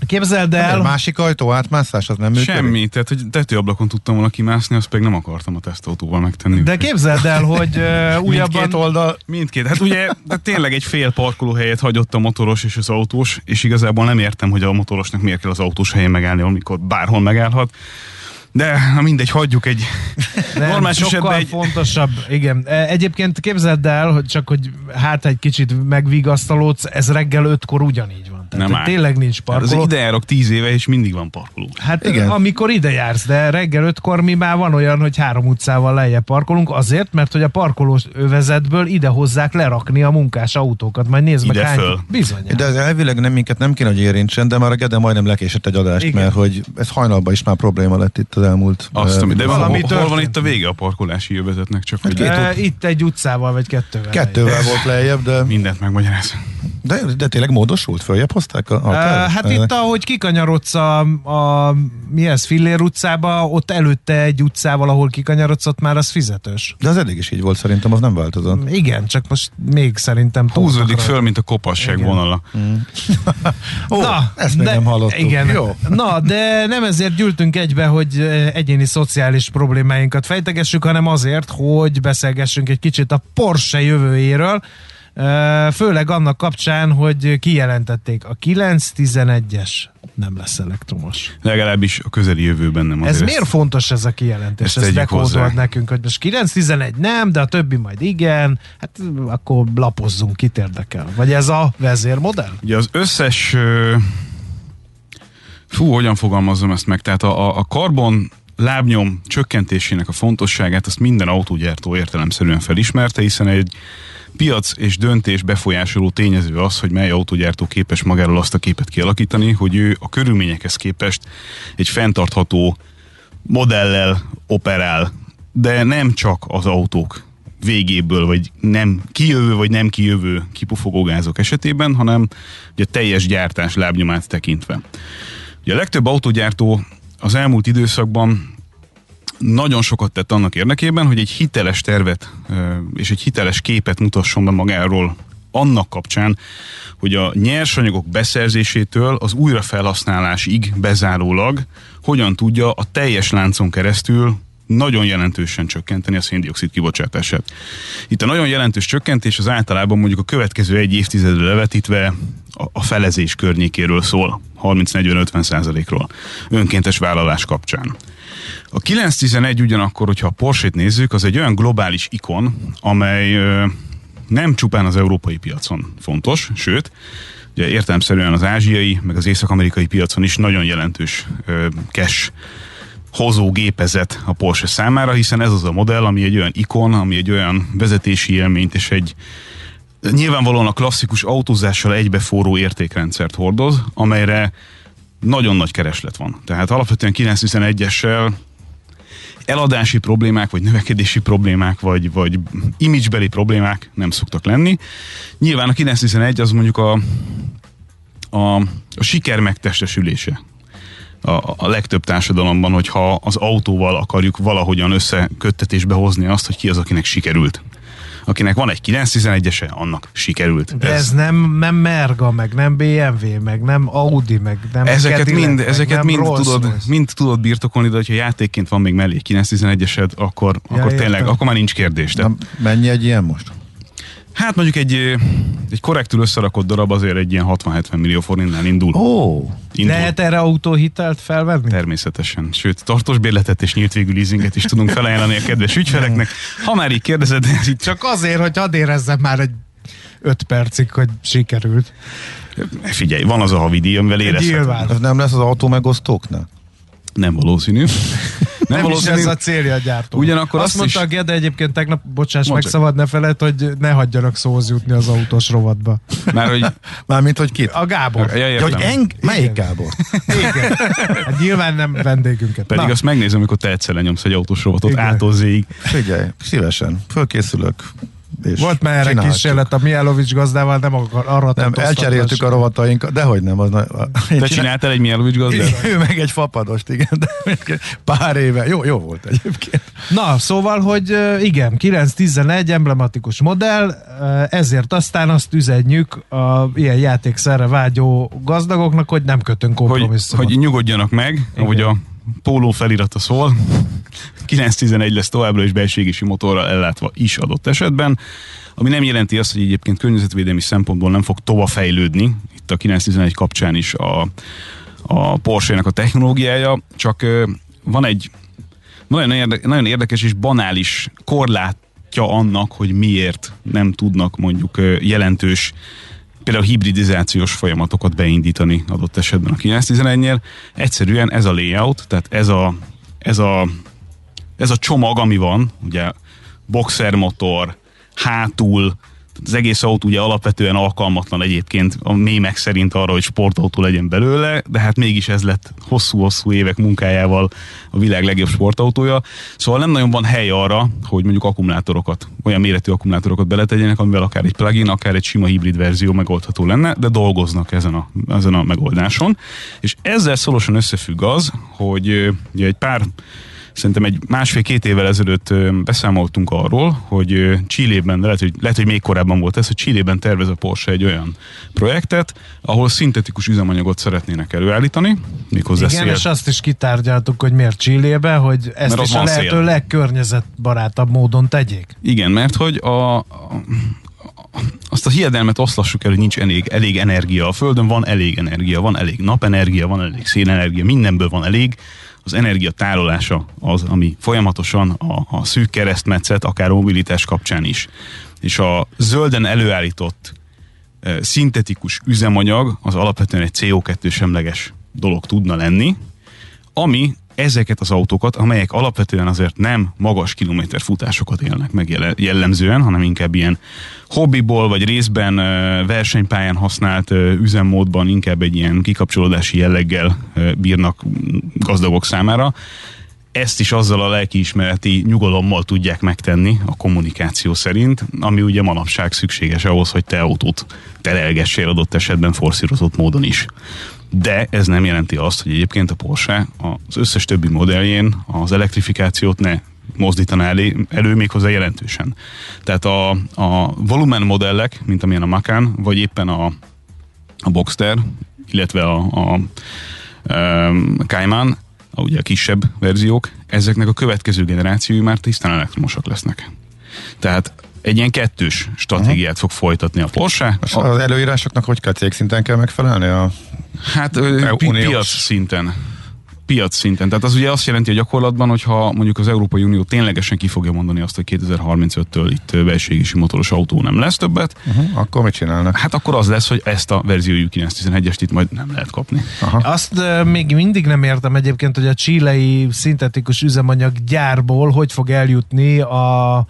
Képzeld el... A másik ajtó átmászás, az nem működik? Semmi, tehát hogy tetőablakon tudtam volna kimászni, azt pedig nem akartam a tesztautóval megtenni. De képzeld el, hogy uh, újabban... Mindkét oldal, mindkét. Hát ugye de tényleg egy fél parkolóhelyet hagyott a motoros és az autós, és igazából nem értem, hogy a motorosnak miért kell az autós helyén megállni, amikor bárhol megállhat. De ha mindegy, hagyjuk egy normális sokkal esetben egy... fontosabb, igen. Egyébként képzeld el, hogy csak hogy hát egy kicsit megvigasztalódsz, ez reggel ötkor ugyanígy van. Tehát, nem tényleg nincs parkoló. Hát az ide járok tíz éve, és mindig van parkoló. Hát igen. Amikor ide jársz, de reggel ötkor mi már van olyan, hogy három utcával lejjebb parkolunk, azért, mert hogy a parkolós övezetből ide hozzák lerakni a munkás autókat. Majd nézd meg, hány... Bizony. De ez elvileg nem minket nem kéne, hogy érintsen, de már a Gede majdnem lekésett egy adást, igen. Mert hogy ez hajnalban is már probléma lett itt az elmúlt. Azt, uh, de valami hol, hol van itt a vége a parkolási jövezetnek? Csak hát két e, itt egy utcával, vagy kettővel. Kettővel lejjebb. Volt lejjebb, de... Mindent megmagyaráz. De, de tényleg módosult? Följebb hozták? A, a uh, hát itt, ahogy kikanyarodsz a, a mi ez, Fillér utcába, ott előtte egy utcával, ahol kikanyarodsz, ott már az fizetős. De az eddig is így volt, szerintem az nem változott. Igen, csak most még szerintem... Húzódik föl, mint a kopasság igen. vonala. Mm. Ó, na, ezt még de, nem hallottuk. Igen. Jó. Na, de nem ezért gyűltünk egybe, hogy egyéni szociális problémáinkat fejtegessük, hanem azért, hogy beszélgessünk egy kicsit a Porsche jövőjéről, főleg annak kapcsán, hogy kijelentették, a kilenc tizenegyes nem lesz elektromos. Legalábbis a közeli jövőben nem. Ez miért ezt, fontos ez a kijelentés? Ezt, ezt dekódold nekünk, hogy most kilenc tizenegy nem, de a többi majd igen, hát akkor lapozzunk, kit érdekel. Vagy ez a vezérmodell? Ugye az összes fú, hogyan fogalmazzam ezt meg, tehát a, a karbon lábnyom csökkentésének a fontosságát azt minden autógyártó értelemszerűen felismerte, hiszen egy piac és döntés befolyásoló tényező az, hogy mely autógyártó képes magáról azt a képet kialakítani, hogy ő a körülményekhez képest egy fenntartható modellel operál, de nem csak az autók végéből, vagy nem kijövő, vagy nem kijövő kipufogógázok esetében, hanem ugye teljes gyártás lábnyomát tekintve. Ugye a legtöbb autógyártó az elmúlt időszakban nagyon sokat tett annak érdekében, hogy egy hiteles tervet és egy hiteles képet mutasson be magáról annak kapcsán, hogy a nyersanyagok beszerzésétől az újrafelhasználásig bezárólag hogyan tudja a teljes láncon keresztül nagyon jelentősen csökkenteni a szén-dioxid kibocsátását. Itt a nagyon jelentős csökkentés az általában mondjuk a következő egy évtizedre levetítve a, a felezés környékéről szól, harminc-negyven-ötven százalékról önkéntes vállalás kapcsán. A kilenc tizenegy ugyanakkor, hogyha a Porsche-t nézzük, az egy olyan globális ikon, amely ö, nem csupán az európai piacon fontos, sőt, ugye értelemszerűen az ázsiai, meg az észak-amerikai piacon is nagyon jelentős ö, cash hozó gépezet a Porsche számára, hiszen ez az a modell, ami egy olyan ikon, ami egy olyan vezetési élményt és egy nyilvánvalóan a klasszikus autózással egybeforró értékrendszert hordoz, amelyre nagyon nagy kereslet van. Tehát alapvetően kilenc tizenegyessel eladási problémák, vagy növekedési problémák, vagy, vagy imagebeli problémák nem szoktak lenni. Nyilván a kilenc tizenegy az mondjuk a, a, a siker megtestesülése a, a legtöbb társadalomban, hogyha az autóval akarjuk valahogyan összeköttetésbe hozni azt, hogy ki az, akinek sikerült. Akinek van egy kilenc tizenegyese, annak sikerült. De ez, ez nem, nem Merga, meg nem bé em vé, meg nem Audi, meg nem ezeket Cadillac, mind, meg ezeket nem mind tudod, Rolls-Royce. mind tudod birtokolni, de hogyha játékként van még mellé egy kilenc tizenegyesed, akkor, Ja, akkor értem. tényleg, akkor már nincs kérdés. De... Mennyi egy ilyen most? Hát mondjuk egy, egy korrektül összerakott darab azért egy ilyen hatvan-hetven millió forintnál indul. Ó, indul. Lehet erre autóhitelt felvenni? Természetesen. Sőt, tartós bérletet és nyílt végű leasinget is tudunk felajánlani a kedves ügyfeleknek. Ha már így kérdezed, ez itt Csak azért, hogy hadd érezzem már egy öt percig, hogy sikerült. Figyelj, van az a havidíj, amivel érezheted. Nyilván. ez nem lesz az autó megosztóknál? Nem valószínű. Nem, nem is ez a célja a gyártó. Ugyanakkor azt, azt mondta is... a Gede egyébként tegnap, bocsáss Mondd meg, szabad ne feled, hogy ne hagyjanak szóhoz jutni az autós rovatba. Már hogy... Mármint, hogy kit? A Gábor. Ja, Ja, hogy eng... Melyik Gábor? Igen. Hát nyilván nem vendégünket. Pedig Na. azt megnézem, amikor te egyszer lenyomsz egy autós rovatot Igen. ától zéig. Figyelj, szívesen, fölkészülök. És volt már erre csinálhatjuk. kísérlet a Mijálovics gazdával, nem akar, arra Nem, elcseréltük a rovatainkat, dehogy nem. Az na, Te csinál... csináltál egy Mijálovics gazdát? Ő meg egy fapadost, igen, de pár éve. Jó, jó volt egyébként. Na, szóval, hogy igen, kilenc tizenegy emblematikus modell, ezért aztán azt üzenjük a ilyen játékszerre vágyó gazdagoknak, hogy nem kötünk kompromisszumot. Hogy, hogy nyugodjanak meg, igen. Ahogy a póló felirata szól, kilenc tizenegy lesz továbbra is belségési motorral ellátva is adott esetben, ami nem jelenti azt, hogy egyébként környezetvédelmi szempontból nem fog tovább fejlődni, itt a kilenc tizenegy kapcsán is a, a Porsche-nek a technológiája, csak van egy nagyon, érde, nagyon érdekes és banális korlátja annak, hogy miért nem tudnak mondjuk jelentős például hibridizációs folyamatokat beindítani adott esetben a kilenc tizenegynél. Egyszerűen ez a layout, tehát ez a, ez a, ez a csomag, ami van, ugye boxermotor, hátul, az egész autó ugye alapvetően alkalmatlan egyébként a mémek szerint arra, hogy sportautó legyen belőle, de hát mégis ez lett hosszú-hosszú évek munkájával a világ legjobb sportautója. Szóval nem nagyon van hely arra, hogy mondjuk akkumulátorokat, olyan méretű akkumulátorokat beletegyenek, amivel akár egy plug-in, akár egy sima hibrid verzió megoldható lenne, de dolgoznak ezen a, ezen a megoldáson. És ezzel szorosan összefügg az, hogy ugye egy pár Szerintem egy másfél-két évvel ezelőtt beszámoltunk arról, hogy Chilében, lehet hogy, lehet, hogy még korábban volt ez, hogy Chilében tervez a Porsche egy olyan projektet, ahol szintetikus üzemanyagot szeretnének előállítani. Méghozzá igen, szél... és azt is kitárgyaltuk, hogy miért Chilébe, hogy ezt mert is a lehető szél. legkörnyezetbarátabb módon tegyék. Igen, mert hogy a... a azt a hiedelmet oszlassuk el, hogy nincs elég, elég energia. A Földön van elég energia, van elég napenergia, van elég szélenergia, mindenből van elég. Az energia tárolása az, ami folyamatosan a, a szűk keresztmetszet, akár a mobilitás kapcsán is. És a zölden előállított e, szintetikus üzemanyag az alapvetően egy cé o kettő semleges dolog tudna lenni, ami ezeket az autókat, amelyek alapvetően azért nem magas kilométerfutásokat élnek meg jellemzően, hanem inkább ilyen hobbiból vagy részben versenypályán használt üzemmódban inkább egy ilyen kikapcsolódási jelleggel bírnak gazdagok számára. Ezt is azzal a lelkiismereti nyugalommal tudják megtenni a kommunikáció szerint, ami ugye manapság szükséges ahhoz, hogy te autót terelgessél adott esetben forszírozott módon is. De ez nem jelenti azt, hogy egyébként a Porsche az összes többi modelljén az elektrifikációt ne mozdítaná elő, elő méghozzá jelentősen. Tehát a, a volumen modellek, mint amilyen a Macan, vagy éppen a, a Boxster, illetve a, a, a Cayman, a, ugye a kisebb verziók, ezeknek a következő generációi már tisztán elektromosak lesznek. Tehát egy ilyen kettős stratégiát uh-huh. fog folytatni a Porsche. A, az előírásoknak hogy kell cégszinten kell megfelelni? A hát pi- piac szinten. Piac szinten. Tehát az ugye azt jelenti a gyakorlatban, hogyha mondjuk az Európai Unió ténylegesen ki fogja mondani azt, hogy kétezer-harmincöttől itt belségési motoros autó nem lesz többet. Uh-huh. Akkor mit csinálnak? Hát akkor az lesz, hogy ezt a verziójú kilenc tizenegyest itt majd nem lehet kapni. Aha. Azt uh, még mindig nem értem egyébként, hogy a chilei szintetikus üzemanyag gyárból hogy fog eljutni a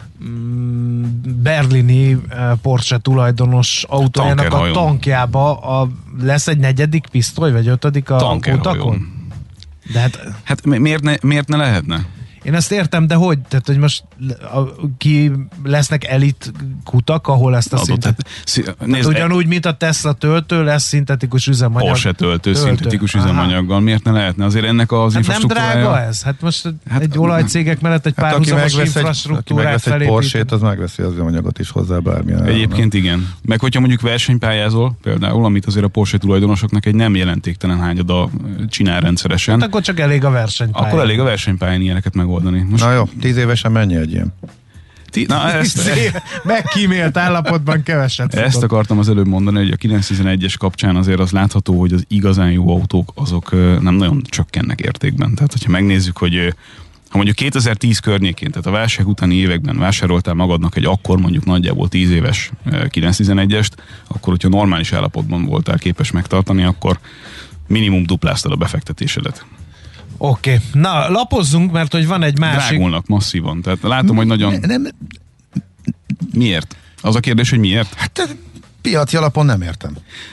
berlini Porsche tulajdonos autójának a tankjába a, lesz egy negyedik pisztoly, vagy ötödik a kutakon? De hát, hát miért, ne, miért ne lehetne? Én ezt értem, de hogy? Tehát, hogy most a, ki lesznek elit kutak, ahol ezt a szintet... Hát, ugyanúgy, mint a Tesla töltő, lesz szintetikus üzemanyag. Porsche töltő, töltő. szintetikus Aha. üzemanyaggal. Miért ne lehetne? Azért ennek az hát infrastruktúrája... nem drága ez? Hát most hát, egy olajcégek mellett egy hát párhuzamos infrastruktúrát felépíteni. Aki megvesz egy Porsét, az megveszi az üzemanyagot is hozzá bármilyen. Egyébként nem? Igen. Meg hogyha mondjuk versenypályázol, például, amit azért a Porsche tulajdonosoknak egy nem jelentéktelen hányada csinál rendszeresen. Hát akkor csak elég a versenypályán. Akkor elég a versenypályán ilyeneket megoldani. Most na jó, tíz évesen mennyi egy ilyen? Ti, na ezt, megkímélt állapotban keveset. Ezt futott. Akartam az előbb mondani, hogy a kilenc tizenegyes kapcsán azért az látható, hogy az igazán jó autók azok nem nagyon csökkennek értékben. Tehát, hogyha megnézzük, hogy ha mondjuk kétezer-tíz környékén, tehát a válság utáni években vásároltál magadnak egy akkor mondjuk nagyjából tíz éves kilenc tizenegyest, akkor, hogyha normális állapotban voltál képes megtartani, akkor minimum dupláztad a befektetésedet. Oké, okay. Na lapozzunk, mert hogy van egy másik... Drágulnak masszívan, tehát látom, hogy nagyon... Ne, nem... Miért? Az a kérdés, hogy miért? Hát piaci alapon nem értem.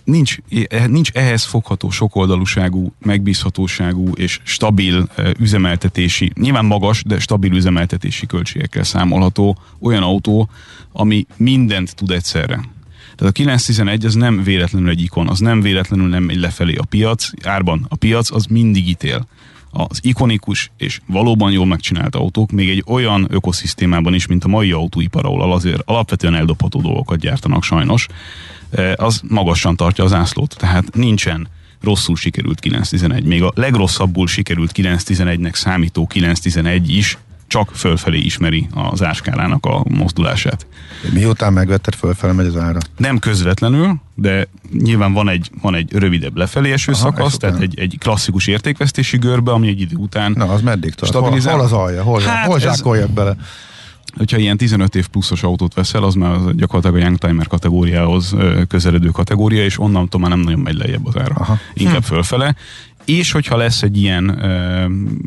nincs, nincs ehhez fogható sokoldalúságú, megbízhatóságú és stabil üzemeltetési, nyilván magas, de stabil üzemeltetési költségekkel számolható olyan autó, ami mindent tud egyszerre. Tehát a kilenc tizenegy az nem véletlenül egy ikon, az nem véletlenül nem megy lefelé a piac, árban a piac az mindig ítél. Az ikonikus és valóban jól megcsinált autók még egy olyan ökoszisztémában is, mint a mai autóipar, ahol azért alapvetően eldobható dolgokat gyártanak sajnos, az magasan tartja az ászlót. Tehát nincsen rosszul sikerült kilenc tizenegy. Még a legrosszabbul sikerült kilenc tizenegynek számító kilenc tizenegy is csak fölfelé ismeri az árskálának a mozdulását. Miután megvetted, fölfelé megy az ára? Nem közvetlenül, de nyilván van egy, van egy rövidebb lefelé eső Aha, szakasz, tehát egy, egy klasszikus értékvesztési görbe, ami egy idő után Na, az meddig tart? stabilizál. Hol, hol az alja? Hol, hát hol zsákoljak ez... bele? Hogyha ilyen tizenöt év pluszos autót veszel, az már az gyakorlatilag a Youngtimer kategóriához közeledő kategória, és onnantól már nem nagyon megy lejjebb az ára. Aha. Inkább hm. fölfele. És hogyha lesz egy ilyen ö,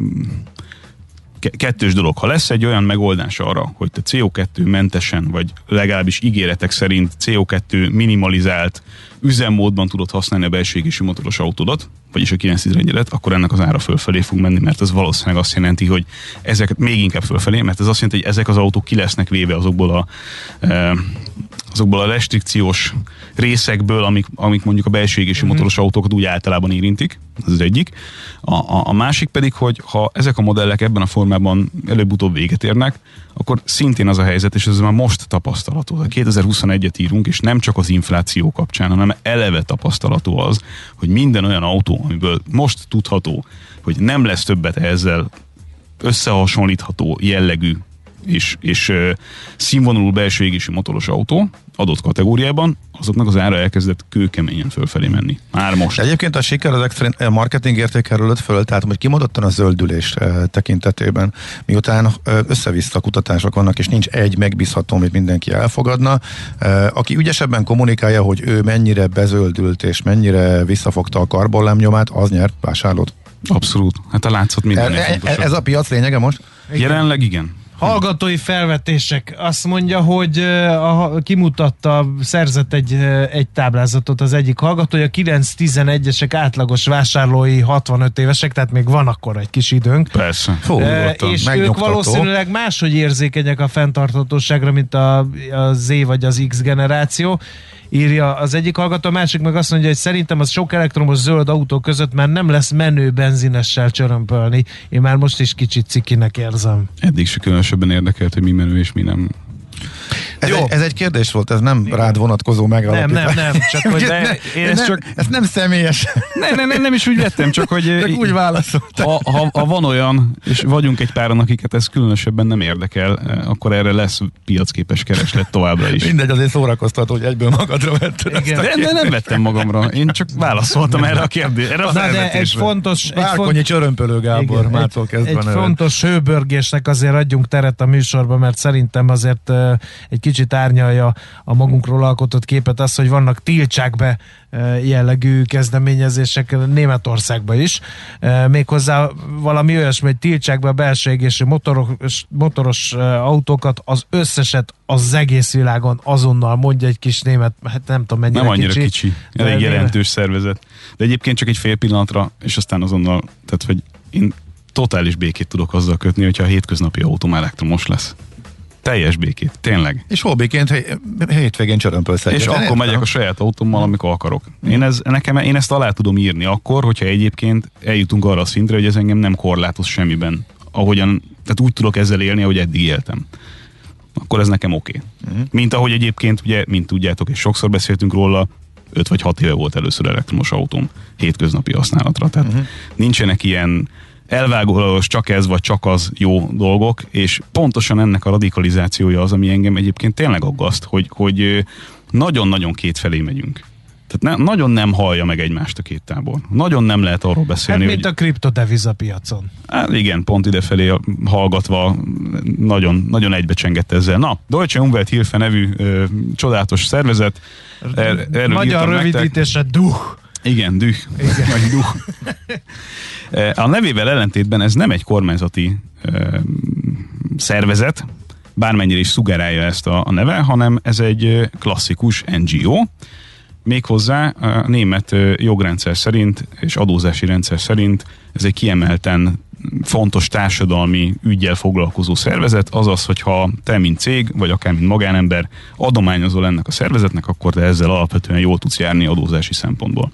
kettős dolog, ha lesz egy olyan megoldás arra, hogy te cé o kettő mentesen, vagy legalábbis ígéretek szerint cé o kettő minimalizált üzemmódban tudod használni a belső égésű motoros autódat, vagyis a kilenc tizenegyedet, akkor ennek az ára fölfelé fog menni, mert ez valószínűleg azt jelenti, hogy ezeket még inkább fölfelé, mert ez azt jelenti, hogy ezek az autók ki lesznek véve azokból a, e, azokból a restrikciós részekből, amik, amik mondjuk a belső égésű mm-hmm. motoros autókat úgy általában érintik, ez az egyik. A, a, a másik pedig, hogy ha ezek a modellek ebben a formában előbb-utóbb véget érnek, akkor szintén az a helyzet, és ez már most tapasztalatú. kétezer-huszonegyet írunk, és nem csak az infláció kapcsán, hanem eleve tapasztalatú az, hogy minden olyan autó, amiből most tudható, hogy nem lesz többet ezzel összehasonlítható jellegű és, és uh, színvonalú belső égésű motoros autó adott kategóriában, azoknak az ára elkezdett kőkeményen fölfelé menni. Már most. Egyébként a siker ezek szerint a marketing értékelődött föl, tehát hogy kimondottan a zöldülés e, tekintetében, miután e, össze-vissza kutatások vannak, és nincs egy megbízható, amit mindenki elfogadna, e, aki ügyesebben kommunikálja, hogy ő mennyire bezöldült, és mennyire visszafogta a karbonlábnyomát, az nyert vásárlót. Abszolút. Hát a látszat minden e, e, Ez a piac lényege most? Igen. Jelenleg igen. Hallgatói felvetések. Azt mondja, hogy a, kimutatta, szerzett egy, egy táblázatot az egyik hallgató, hogy a kilenc tizenegyesek átlagos vásárlói hatvanöt évesek, tehát még van akkor egy kis időnk. Persze. Fú, e, és ők valószínűleg máshogy érzékenyek a fenntarthatóságra, mint a, a Z vagy az X generáció. Írja az egyik hallgató, a másik meg azt mondja, hogy szerintem az sok elektromos zöld autó között már nem lesz menő benzinessel csörömpölni. Én már most is kicsit cikinek érzem. Eddig se különösebben érdekelt, hogy mi menő és mi nem. Ez, egy, ez egy kérdés volt, ez nem Igen. rád vonatkozó megalapítás. Nem, nem, nem. Csak, hogy ne, én ezt, nem, csak... ezt nem személyes. Nem, nem, nem, nem is úgy vettem, csak hogy csak úgy válaszoltam. Ha, ha, ha van olyan, és vagyunk egy páran, akiket ez különösebben nem érdekel, akkor erre lesz piacképes kereslet továbbra is. Mindegy, azért szórakoztató, hogy egyből magadra vetted. Igen. De, de nem vettem magamra. Én csak válaszoltam erre a kérdésre. Na, de egy fontos... Várkonyi font... csörömpölő, Gábor, Igen, mától kezdve Egy, egy fontos hőbörgésnek azért adjunk teret a műsorba, mert szerintem azért uh, egy kicsit árnyalja a magunkról alkotott képet az, hogy vannak tiltsák be jellegű kezdeményezések Németországban is. Méghozzá valami olyasmi, hogy tiltsák be a belső égésű motoros, motoros autókat, az összeset az egész világon azonnal, mondja egy kis német, hát nem tudom mennyire Nem annyira kicsi, kicsi elég jelentős szervezet. De egyébként csak egy fél pillanatra, és aztán azonnal, tehát hogy én totális békét tudok azzal kötni, hogyha a hétköznapi autóm elektromos lesz. Teljes békét, tényleg. És hobbiként hé- hétvégén csörömpölsz egyet. És akkor értem? Megyek a saját autómmal, amikor akarok. Én, ez, nekem, én ezt alá tudom írni akkor, hogyha egyébként eljutunk arra a szintre, hogy ez engem nem korlátoz semmiben. Ahogyan, tehát úgy tudok ezzel élni, ahogy eddig éltem. Akkor ez nekem oké. Okay. Uh-huh. Mint ahogy egyébként, ugye, mint tudjátok, és sokszor beszéltünk róla, öt vagy hat éve volt először elektromos autóm hétköznapi használatra. Tehát uh-huh. nincsenek ilyen elvágólagos csak ez vagy csak az jó dolgok, és pontosan ennek a radikalizációja az, ami engem egyébként tényleg aggaszt, hogy, hogy nagyon-nagyon kétfelé megyünk. Tehát ne, nagyon nem hallja meg egymást a két tábor. Nagyon nem lehet arról beszélni, hát, mint hogy... a kriptodeviza piacon. Hát igen, pont idefelé hallgatva nagyon, nagyon egybecsengett ezzel. Na, Deutsche Umwelthilfe nevű ö, csodálatos szervezet. Er, erről magyar rövidítése DUH. Igen, DUH. Igen. Vagy DUH. A nevével ellentétben ez nem egy kormányzati ö, szervezet, bármennyire is szugerálja ezt a, a neve, hanem ez egy klasszikus en gé o, Méghozzá a német jogrendszer szerint és adózási rendszer szerint ez egy kiemelten fontos társadalmi üggyel foglalkozó szervezet, azaz, hogyha te, mint cég, vagy akár mint magánember adományozol ennek a szervezetnek, akkor te ezzel alapvetően jól tudsz járni adózási szempontból.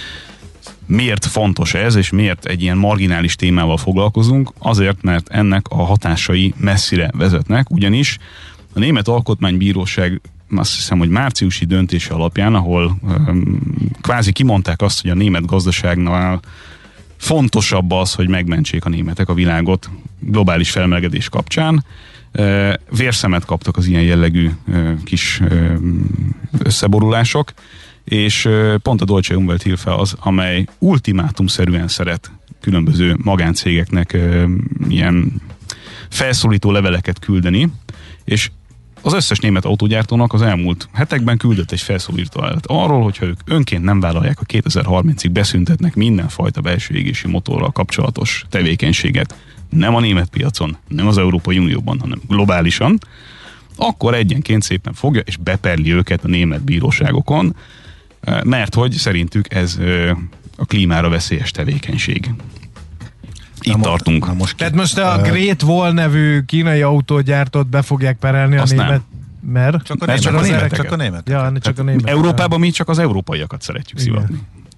Miért fontos ez, és miért egy ilyen marginális témával foglalkozunk? Azért, mert ennek a hatásai messzire vezetnek, ugyanis a Német Alkotmánybíróság azt hiszem, hogy márciusi döntése alapján, ahol um, kvázi kimondták azt, hogy a német gazdaságnál fontosabb az, hogy megmentsék a németek a világot globális felmelegedés kapcsán. Uh, vérszemet kaptak az ilyen jellegű uh, kis uh, összeborulások, és uh, pont a Deutsche Umwelthilfe az, amely ultimátumszerűen szeret különböző magáncégeknek uh, ilyen felszólító leveleket küldeni, és az összes német autógyártónak az elmúlt hetekben küldött egy felszólító levelet arról, hogyha ők önként nem vállalják, a kétezer-harmincig beszüntetnek mindenfajta belső égési motorral kapcsolatos tevékenységet, nem a német piacon, nem az Európai Unióban, hanem globálisan, akkor egyenként szépen fogja és beperli őket a német bíróságokon, mert hogy szerintük ez a klímára veszélyes tevékenység. Itt na tartunk. Na most, Tehát most a Great Wall nevű kínai autógyártót be fogják perelni a német... Mert? Csak a, német, csak a németek. Csak a németek. Ja, csak a németek. Európában mi csak az európaiakat szeretjük igen. szivatni.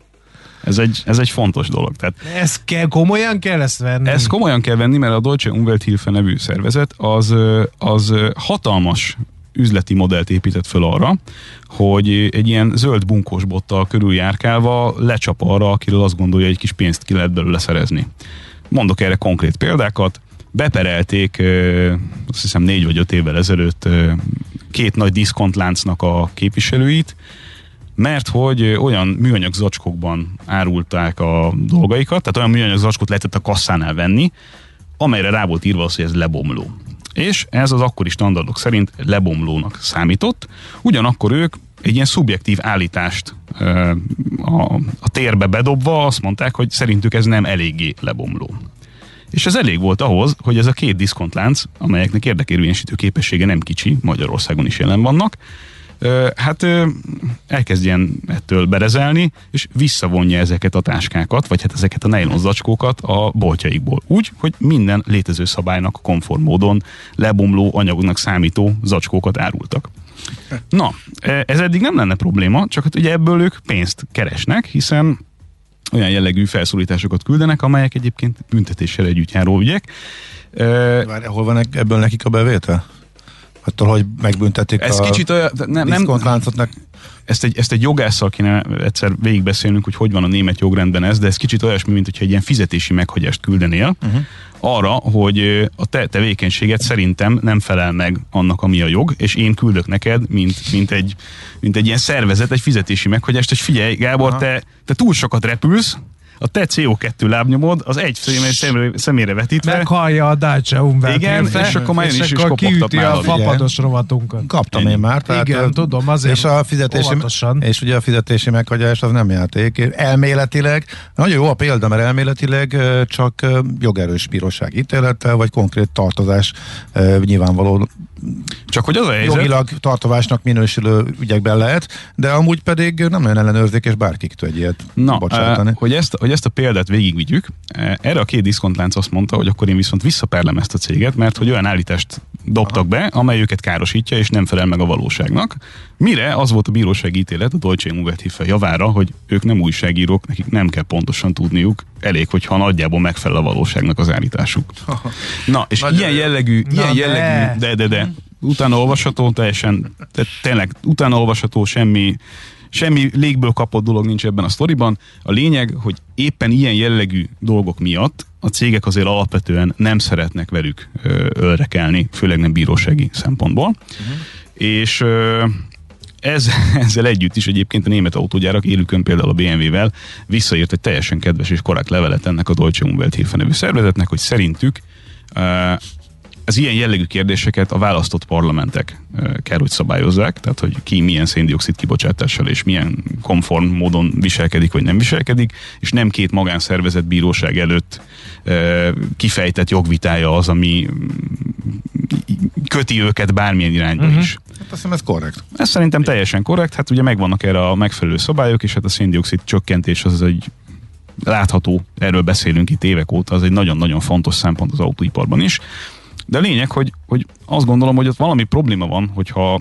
Ez egy, ez egy fontos dolog. Tehát ez kell, komolyan kell ezt venni? Ezt komolyan kell venni, mert a Deutsche Umwelthilfe nevű szervezet az, az hatalmas üzleti modellt épített föl arra, hogy egy ilyen zöld bunkós bottal körüljárkálva lecsap arra, akiről azt gondolja, hogy egy kis pénzt ki lehet belőle szerezni. Mondok erre konkrét példákat. Beperelték, azt hiszem négy vagy öt évvel ezelőtt két nagy diszkontláncnak a képviselőit, mert hogy olyan műanyag zacskókban árulták a dolgaikat, tehát olyan műanyag zacskót lehetett a kasszánál venni, amelyre rá volt írva az, hogy ez lebomló. És ez az akkori standardok szerint lebomlónak számított, ugyanakkor ők egy ilyen szubjektív állítást a, a térbe bedobva azt mondták, hogy szerintük ez nem eléggé lebomló. És ez elég volt ahhoz, hogy ez a két diszkontlánc, amelyeknek érdekérvényesítő képessége nem kicsi, Magyarországon is jelen vannak, hát elkezdjen ettől berezelni, és visszavonja ezeket a táskákat, vagy hát ezeket a nejlon zacskókat a boltjaikból. Úgy, hogy minden létező szabálynak konform módon lebomló anyagoknak számító zacskókat árultak. Na, ez eddig nem lenne probléma, csak hát ugye ebből ők pénzt keresnek, hiszen olyan jellegű felszólításokat küldenek, amelyek egyébként büntetéssel együtt járó ügyek. Várj, hol van ebből nekik a bevétel? Attól, hogy megbüntetik ez a kicsit olyan, nem, diszkontláncotnak. Ezt egy, ezt egy jogásszal kéne egyszer végigbeszélnünk, hogy hogy van a német jogrendben ez, de ez kicsit olyasmi, mint hogyha egy ilyen fizetési meghagyást küldenél uh-huh. arra, hogy a te tevékenységet szerintem nem felel meg annak, ami a jog, és én küldök neked, mint, mint, egy, mint egy ilyen szervezet, egy fizetési meghagyást, hogy figyelj, Gábor, te, te túl sokat repülsz, a te cé o kettő lábnyomod az egy személyre, személyre vetítve. Meghallja a Deutsche Umwelthilfe. Igen, és akkor már jön is, és kiüti a fapados rovatunkat. Kaptam ennyi. Én már. Tehát igen, tudom, azért és a fizetési, óvatosan. És ugye a fizetési meghagyás az nem játék. Elméletileg, nagyon jó a példa, mert elméletileg csak jogerős bíróság ítélettel, vagy konkrét tartozás nyilvánvaló csak hogy az a helyzet, jogilag tartozásnak minősülő ügyekben lehet, de amúgy pedig nem nagyon ellenőrzik, és bárki tud egy ilyet Na, bocsátani. Uh, hogy, ezt, hogy ezt a példát végigvigyük, erre a két diszkontlánc azt mondta, hogy akkor én viszont visszaperlem ezt a céget, mert hogy olyan állítást dobtak Aha. be, amely őket károsítja, és nem felel meg a valóságnak. Mire az volt a bírósági ítélet a Deutsche Umwelthilfe javára, hogy ők nem újságírók, nekik nem kell pontosan tudniuk, elég, hogyha nagyjából megfelel a valóságnak az állításuk. Aha. Na, és Nagy ilyen jellegű, Na ilyen jellegű, de, de, de, utána olvasható, teljesen, te, tényleg utána olvasható, semmi, semmi légből kapott dolog nincs ebben a sztoriban. A lényeg, hogy éppen ilyen jellegű dolgok miatt a cégek azért alapvetően nem szeretnek velük ö, ölrekelni, főleg nem bírósági szempontból. Uh-huh. És ö, ez, ezzel együtt is egyébként a német autógyárak élükön például a bé em vé-vel visszaírt egy teljesen kedves és korrekt levelet ennek a Deutsche Umwelthilfe nevű szervezetnek, hogy szerintük ö, az ilyen jellegű kérdéseket a választott parlamentek kell, hogy szabályozzák, tehát hogy ki milyen széndioxid kibocsátással és milyen konform módon viselkedik, vagy nem viselkedik, és nem két magánszervezet bíróság előtt kifejtett jogvitája az, ami köti őket bármilyen irányba uh-huh. is. Hát hiszem ez korrekt. Ez szerintem teljesen korrekt, hát ugye megvannak erre a megfelelő szabályok, és hát a szén-dioxid csökkentés az egy látható, erről beszélünk itt évek óta, az egy nagyon-nagyon fontos szempont az autóiparban is. De a lényeg, hogy, hogy azt gondolom, hogy ott valami probléma van, hogyha,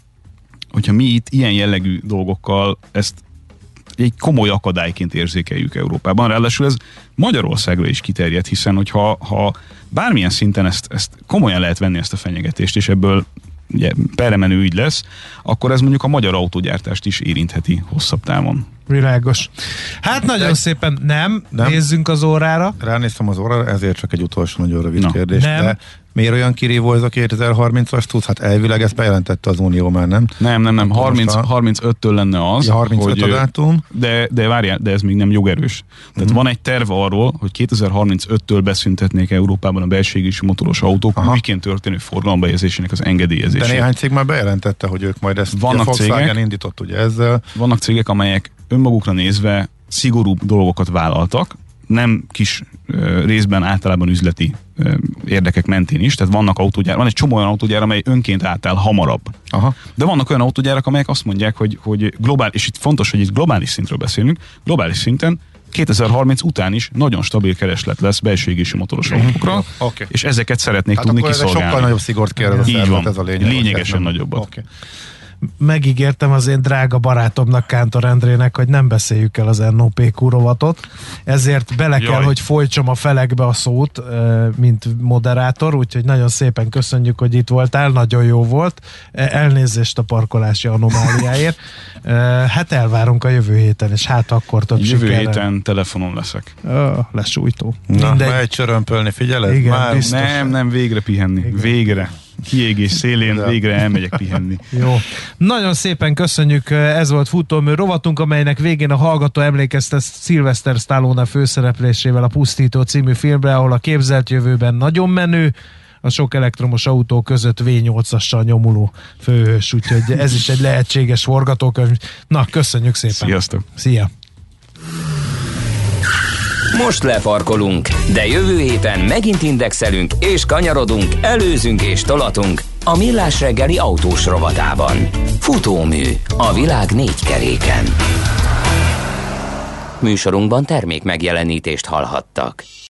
hogyha mi itt ilyen jellegű dolgokkal ezt egy komoly akadályként érzékeljük Európában. Ráadásul ez Magyarországra is kiterjed, hiszen hogyha ha bármilyen szinten ezt, ezt komolyan lehet venni ezt a fenyegetést, és ebből ugye perremenő ügy lesz, akkor ez mondjuk a magyar autógyártást is érintheti hosszabb távon. Világos. Hát nagyon de, szépen nem, nem, nézzünk az órára. Ránéztem az órára, ezért csak egy utolsó nagyon rövid no. kérdés. Nem. De miért olyan kirívó ez a kétezer-harmincas tudsz? Hát elvileg ezt bejelentette az Unió már, nem? Nem, nem, nem. harminc, harmincöttől lenne az. Ja, harmincöt hogy, a dátum. De, de várjál, de ez még nem jogerős. Tehát mm. van egy terv arról, hogy kétezer-harmincöttől beszüntetnék Európában a belső égésű motoros autók miként történő forgalomba helyezésének az engedélyezését. De néhány cég már bejelentette, hogy ők majd ezt vannak a Volkswagen cégek, indított ugye ezzel. Vannak cégek, amelyek önmagukra nézve szigorúbb dolgokat vállaltak, nem kis uh, részben általában üzleti uh, érdekek mentén is, tehát vannak autógyár, van egy csomó olyan autógyár, amely önként átáll hamarabb. Aha. De vannak olyan autógyárak, amelyek azt mondják, hogy, hogy globál, és itt fontos, hogy itt globális szintről beszélünk, globális szinten kétezer-harminc után is nagyon stabil kereslet lesz belső égésű motoros autókra, okay. és ezeket szeretnék hát tudni akkor kiszolgálni. Sokkal nagyobb szigort kérdez a szervezet, ez a lényeg. Lényegesen nagyobbat. Okay. Megígértem az én drága barátomnak, Kántor Endrének, hogy nem beszéljük el az en o pé kú rovatot, ezért bele Jaj. kell, hogy folytsam a felekbe a szót, mint moderátor, úgyhogy nagyon szépen köszönjük, hogy itt voltál, nagyon jó volt. Elnézést a parkolási anomáliáért. Hát elvárunk a jövő héten, és hát akkor több Jövő sikerrel. héten telefonon leszek. Oh, lesújtó. Na, megy csörömpölni, figyeled? Igen, Már nem, nem, végre pihenni. Igen. Végre. Kiégés szélén, de. végre elmegyek pihenni. Jó. Nagyon szépen köszönjük, ez volt Futómű rovatunk, amelynek végén a hallgató emlékeztet Sylvester Stallone főszereplésével a Pusztító című filmre, ahol a képzelt jövőben nagyon menő, a sok elektromos autó között vé nyolcassal nyomuló főhős, úgyhogy ez is egy lehetséges forgatókönyv. Na, köszönjük szépen. Sziasztok. Szia. Most lefarkolunk, de jövő héten megint indexelünk és kanyarodunk, előzünk és tolatunk a Millás reggeli autós rovatában. Futómű a világ négy keréken. Műsorunkban termék megjelenítést hallhattak.